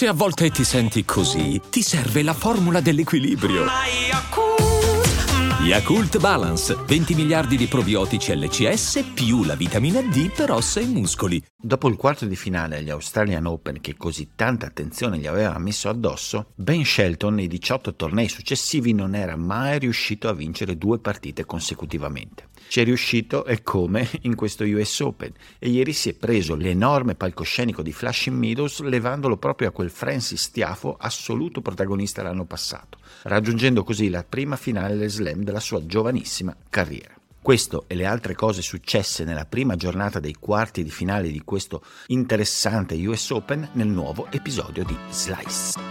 Se a volte ti senti così, ti serve la formula dell'equilibrio. Yakult Balance, 20 miliardi di probiotici LCS più la vitamina D per ossa e muscoli. Dopo il quarto di finale agli Australian Open, che così tanta attenzione gli aveva messo addosso, Ben Shelton nei 18 tornei successivi non era mai riuscito a vincere 2 partite consecutivamente. Ci è riuscito e come in questo US Open, e ieri si è preso l'enorme palcoscenico di Flushing Meadows levandolo proprio a quel Francis Tiafoe assoluto protagonista l'anno passato, raggiungendo così la prima finale del Slam della sua giovanissima carriera. Questo e le altre cose successe nella prima giornata dei quarti di finale di questo interessante US Open nel nuovo episodio di Slice.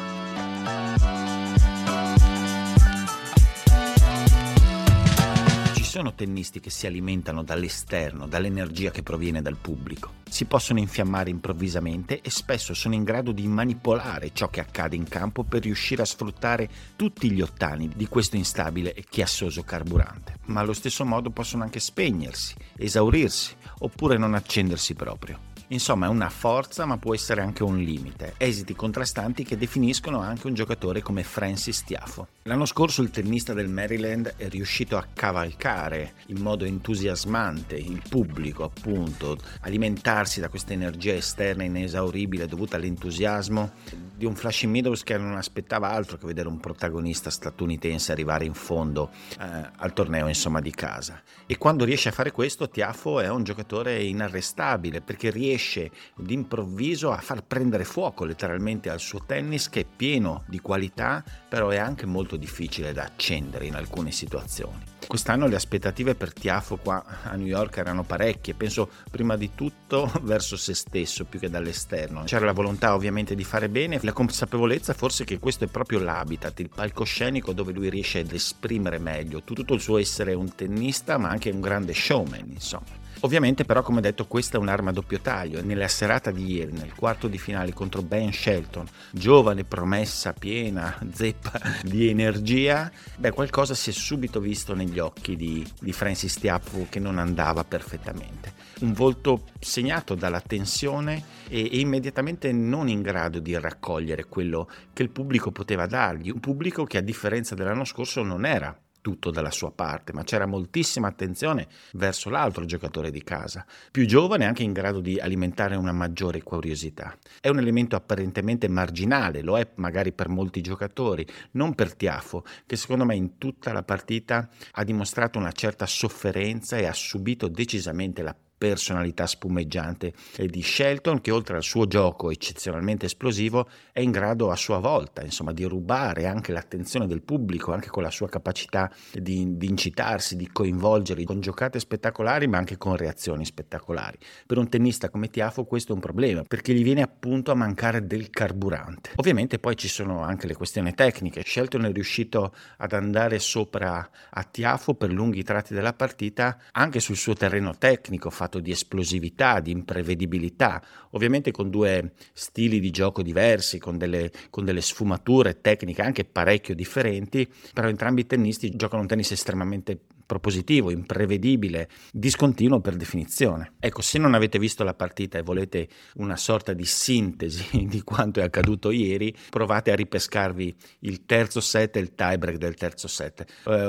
Ci sono tennisti che si alimentano dall'esterno, dall'energia che proviene dal pubblico. Si possono infiammare improvvisamente e spesso sono in grado di manipolare ciò che accade in campo per riuscire a sfruttare tutti gli ottani di questo instabile e chiassoso carburante. Ma allo stesso modo possono anche spegnersi, esaurirsi oppure non accendersi proprio. Insomma, è una forza, ma può essere anche un limite. Esiti contrastanti che definiscono anche un giocatore come Francis Tiafoe. L'anno scorso il tennista del Maryland è riuscito a cavalcare in modo entusiasmante il pubblico, appunto, alimentarsi da questa energia esterna inesauribile dovuta all'entusiasmo di un Flushing Meadows che non aspettava altro che vedere un protagonista statunitense arrivare in fondo al torneo, insomma, di casa. E quando riesce a fare questo, Tiafoe è un giocatore inarrestabile, perché riesce d'improvviso a far prendere fuoco letteralmente al suo tennis, che è pieno di qualità, però è anche molto difficile da accendere in alcune situazioni. Quest'anno le aspettative per Tiafoe qua a New York erano parecchie, penso prima di tutto verso se stesso più che dall'esterno. C'era la volontà ovviamente di fare bene, la consapevolezza forse che questo è proprio l'habitat, il palcoscenico dove lui riesce ad esprimere meglio tutto il suo essere un tennista, ma anche un grande showman, insomma. Ovviamente però, come detto, questa è un'arma a doppio taglio. Nella serata di ieri, nel quarto di finale contro Ben Shelton, giovane promessa piena, zeppa di energia, qualcosa si è subito visto negli occhi di Francis Tiafoe che non andava perfettamente. Un volto segnato dalla tensione e immediatamente non in grado di raccogliere quello che il pubblico poteva dargli, un pubblico che a differenza dell'anno scorso non era tutto dalla sua parte, ma c'era moltissima attenzione verso l'altro giocatore di casa, più giovane, anche in grado di alimentare una maggiore curiosità. È un elemento apparentemente marginale, lo è magari per molti giocatori, non per Tiafoe, che secondo me in tutta la partita ha dimostrato una certa sofferenza e ha subito decisamente la personalità spumeggiante di Shelton, che oltre al suo gioco eccezionalmente esplosivo è in grado a sua volta, insomma, di rubare anche l'attenzione del pubblico, anche con la sua capacità di incitarsi, di coinvolgerli con giocate spettacolari, ma anche con reazioni spettacolari. Per un tennista come Tiafoe questo è un problema, perché gli viene appunto a mancare del carburante. Ovviamente poi ci sono anche le questioni tecniche. Shelton è riuscito ad andare sopra a Tiafoe per lunghi tratti della partita anche sul suo terreno tecnico, fatto di esplosività, di imprevedibilità, ovviamente con due stili di gioco diversi, con delle sfumature tecniche anche parecchio differenti, però entrambi i tennisti giocano un tennis estremamente propositivo, imprevedibile, discontinuo per definizione. Ecco, se non avete visto la partita e volete una sorta di sintesi di quanto è accaduto ieri, provate a ripescarvi il terzo set e il tiebreak del terzo set.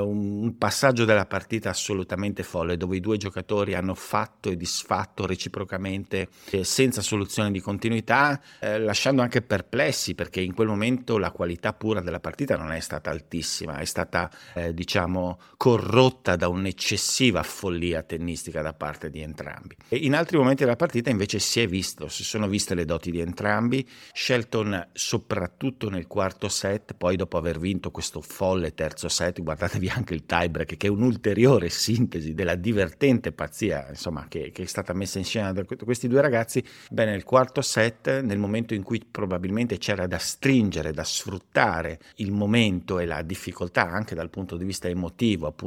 Un passaggio della partita assolutamente folle, dove i due giocatori hanno fatto e disfatto reciprocamente senza soluzione di continuità, lasciando anche perplessi, perché in quel momento la qualità pura della partita non è stata altissima, è stata corrotta da un'eccessiva follia tennistica da parte di entrambi. E in altri momenti della partita invece si sono viste le doti di entrambi. Shelton soprattutto nel quarto set, poi dopo aver vinto questo folle terzo set, guardatevi anche il tiebreak, che è un'ulteriore sintesi della divertente pazzia, insomma, che è stata messa in scena da questi due ragazzi. Nel quarto set, nel momento in cui probabilmente c'era da stringere, da sfruttare il momento e la difficoltà anche dal punto di vista emotivo, appunto di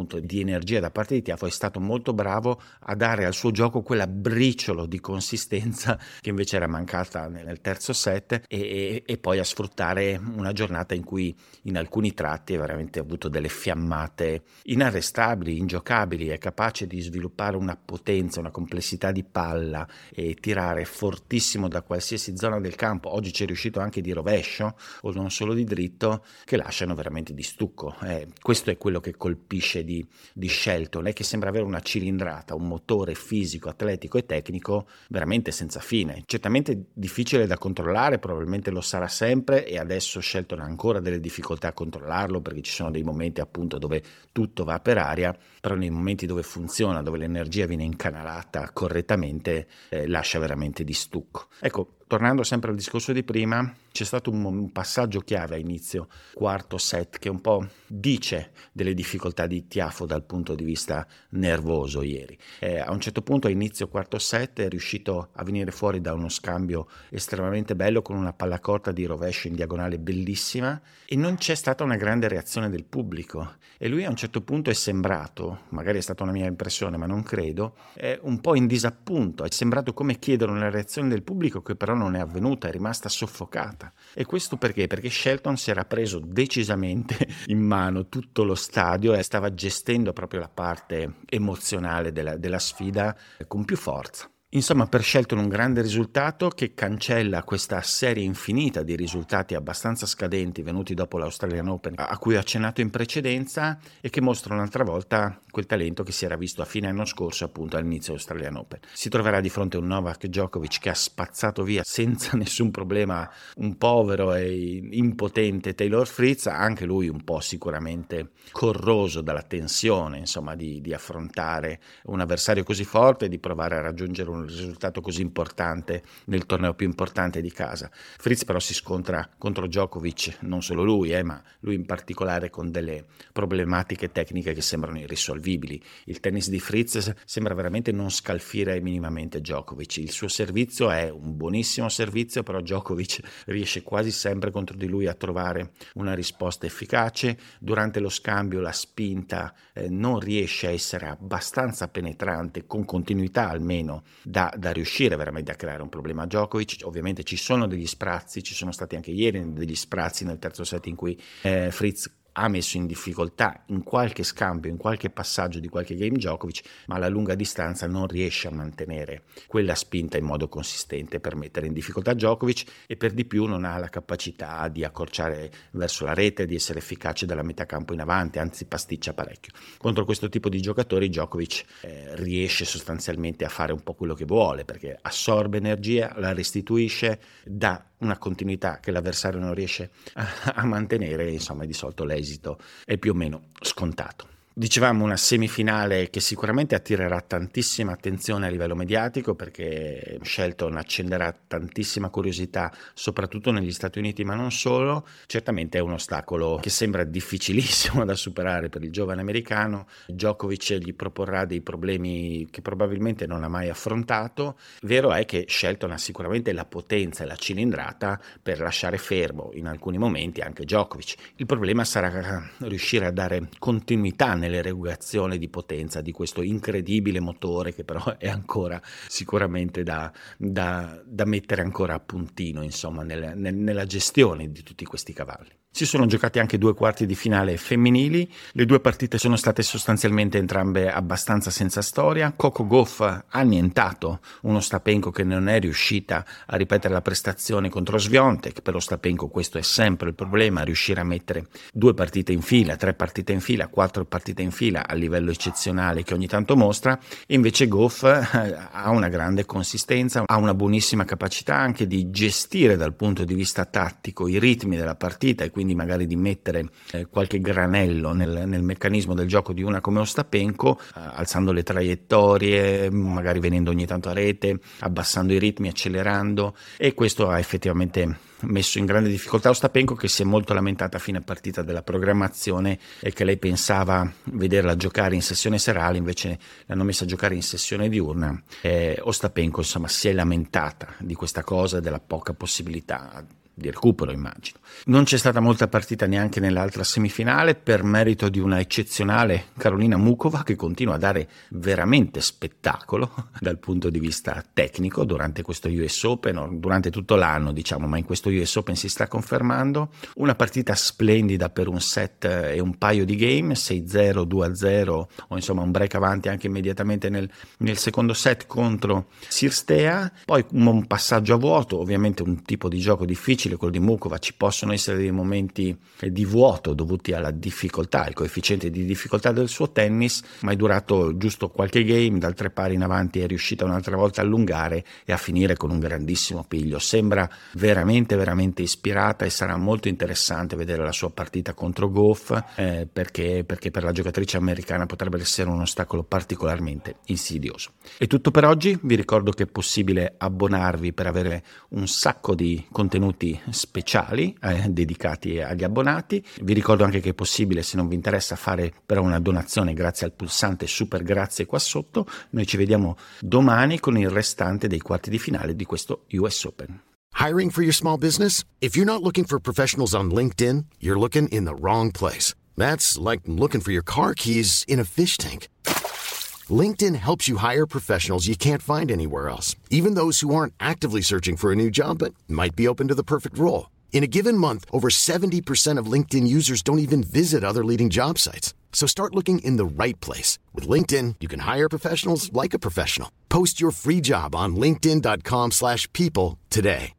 energia da parte di Tiafoe, è stato molto bravo a dare al suo gioco quella briciolo di consistenza che invece era mancata nel terzo set, e poi a sfruttare una giornata in cui in alcuni tratti ha veramente avuto delle fiammate inarrestabili, ingiocabili. È capace di sviluppare una potenza, una complessità di palla e tirare fortissimo da qualsiasi zona del campo. Oggi ci è riuscito anche di rovescio o non solo di dritto, che lasciano veramente di stucco. Questo è quello che colpisce di Shelton, è che sembra avere una cilindrata, un motore fisico, atletico e tecnico veramente senza fine. Certamente difficile da controllare, probabilmente lo sarà sempre, e adesso Shelton ha ancora delle difficoltà a controllarlo, perché ci sono dei momenti appunto dove tutto va per aria, però nei momenti dove funziona, dove l'energia viene incanalata correttamente, lascia veramente di stucco. Ecco, tornando sempre al discorso di prima, c'è stato un passaggio chiave a inizio quarto set che un po' dice delle difficoltà di Tiafoe dal punto di vista nervoso ieri. A un certo punto a inizio quarto set è riuscito a venire fuori da uno scambio estremamente bello con una palla corta di rovescio in diagonale bellissima, e non c'è stata una grande reazione del pubblico, e lui a un certo punto è sembrato, magari è stata una mia impressione ma non credo, un po' in disappunto. È sembrato come chiedere una reazione del pubblico che però non è avvenuta, è rimasta soffocata. E questo perché? Perché Shelton si era preso decisamente in mano tutto lo stadio e stava gestendo proprio la parte emozionale della sfida con più forza. Insomma, per Shelton un grande risultato che cancella questa serie infinita di risultati abbastanza scadenti venuti dopo l'Australian Open, a cui ho accennato in precedenza, e che mostra un'altra volta quel talento che si era visto a fine anno scorso, appunto all'inizio dell'Australian Open. Si troverà di fronte a un Novak Djokovic che ha spazzato via senza nessun problema un povero e impotente Taylor Fritz, anche lui un po' sicuramente corroso dalla tensione, insomma, di affrontare un avversario così forte e di provare a raggiungere un risultato così importante nel torneo più importante di casa. Fritz però si scontra contro Djokovic, non solo lui, ma lui in particolare, con delle problematiche tecniche che sembrano irrisolvibili. Il tennis di Fritz sembra veramente non scalfire minimamente Djokovic. Il suo servizio è un buonissimo servizio, però Djokovic riesce quasi sempre contro di lui a trovare una risposta efficace. Durante lo scambio la spinta non riesce a essere abbastanza penetrante, con continuità almeno, da riuscire veramente a creare un problema a Djokovic. Ovviamente ci sono degli sprazzi, ci sono stati anche ieri degli sprazzi nel terzo set in cui Fritz ha messo in difficoltà in qualche scambio, in qualche passaggio di qualche game Djokovic, ma alla lunga distanza non riesce a mantenere quella spinta in modo consistente per mettere in difficoltà Djokovic, e per di più non ha la capacità di accorciare verso la rete, di essere efficace dalla metà campo in avanti, anzi pasticcia parecchio. Contro questo tipo di giocatori Djokovic riesce sostanzialmente a fare un po' quello che vuole, perché assorbe energia, la restituisce, dà una continuità che l'avversario non riesce a mantenere, insomma di solito l'esito è più o meno scontato. Dicevamo una semifinale che sicuramente attirerà tantissima attenzione a livello mediatico, perché Shelton accenderà tantissima curiosità soprattutto negli Stati Uniti, ma non solo. Certamente è un ostacolo che sembra difficilissimo da superare per il giovane americano. Djokovic gli proporrà dei problemi che probabilmente non ha mai affrontato. Vero è che Shelton ha sicuramente la potenza e la cilindrata per lasciare fermo in alcuni momenti anche Djokovic. Il problema sarà riuscire a dare continuità nell'erogazione di potenza di questo incredibile motore, che però è ancora sicuramente da mettere ancora a puntino, insomma, nella gestione di tutti questi cavalli. Si sono giocati anche 2 quarti di finale femminili. Le 2 partite sono state sostanzialmente entrambe abbastanza senza storia. Coco Gauff ha annientato uno Ostapenko che non è riuscita a ripetere la prestazione contro Swiatek. Per Ostapenko questo è sempre il problema, riuscire a mettere 2 partite in fila, 3 partite in fila, 4 partite in fila a livello eccezionale che ogni tanto mostra. E invece Gauff ha una grande consistenza, ha una buonissima capacità anche di gestire dal punto di vista tattico i ritmi della partita, e quindi magari di mettere qualche granello nel meccanismo del gioco di una come Ostapenko, alzando le traiettorie, magari venendo ogni tanto a rete, abbassando i ritmi, accelerando, e questo ha effettivamente messo in grande difficoltà Ostapenko, che si è molto lamentata a fine partita della programmazione e che lei pensava vederla giocare in sessione serale, invece l'hanno messa a giocare in sessione diurna. Ostapenko insomma si è lamentata di questa cosa, della poca possibilità di recupero, immagino. Non c'è stata molta partita neanche nell'altra semifinale, per merito di una eccezionale Karolina Muchova, che continua a dare veramente spettacolo dal punto di vista tecnico durante questo US Open, durante tutto l'anno diciamo, ma in questo US Open si sta confermando. Una partita splendida per un set e un paio di game, 6-0, 2-0, o insomma un break avanti anche immediatamente nel secondo set contro Cirstea. Poi un passaggio a vuoto, ovviamente un tipo di gioco difficile quello di Muchova, ci possono essere dei momenti di vuoto dovuti alla difficoltà, il coefficiente di difficoltà del suo tennis, ma è durato giusto qualche game, dal 3 pari in avanti è riuscita un'altra volta a allungare e a finire con un grandissimo piglio. Sembra veramente veramente ispirata e sarà molto interessante vedere la sua partita contro Gauff, perché per la giocatrice americana potrebbe essere un ostacolo particolarmente insidioso. È tutto per oggi, vi ricordo che è possibile abbonarvi per avere un sacco di contenuti speciali dedicati agli abbonati. Vi ricordo anche che è possibile, se non vi interessa, fare però una donazione grazie al pulsante super grazie qua sotto. Noi ci vediamo domani con il restante dei quarti di finale di questo US Open. Hiring for your small business? If you're not looking for professionals on LinkedIn, you're looking in the wrong place. That's like looking for your car keys in a fish tank. LinkedIn helps you hire professionals you can't find anywhere else, even those who aren't actively searching for a new job but might be open to the perfect role. In a given month, over 70% of LinkedIn users don't even visit other leading job sites. So start looking in the right place. With LinkedIn, you can hire professionals like a professional. Post your free job on linkedin.com/people today.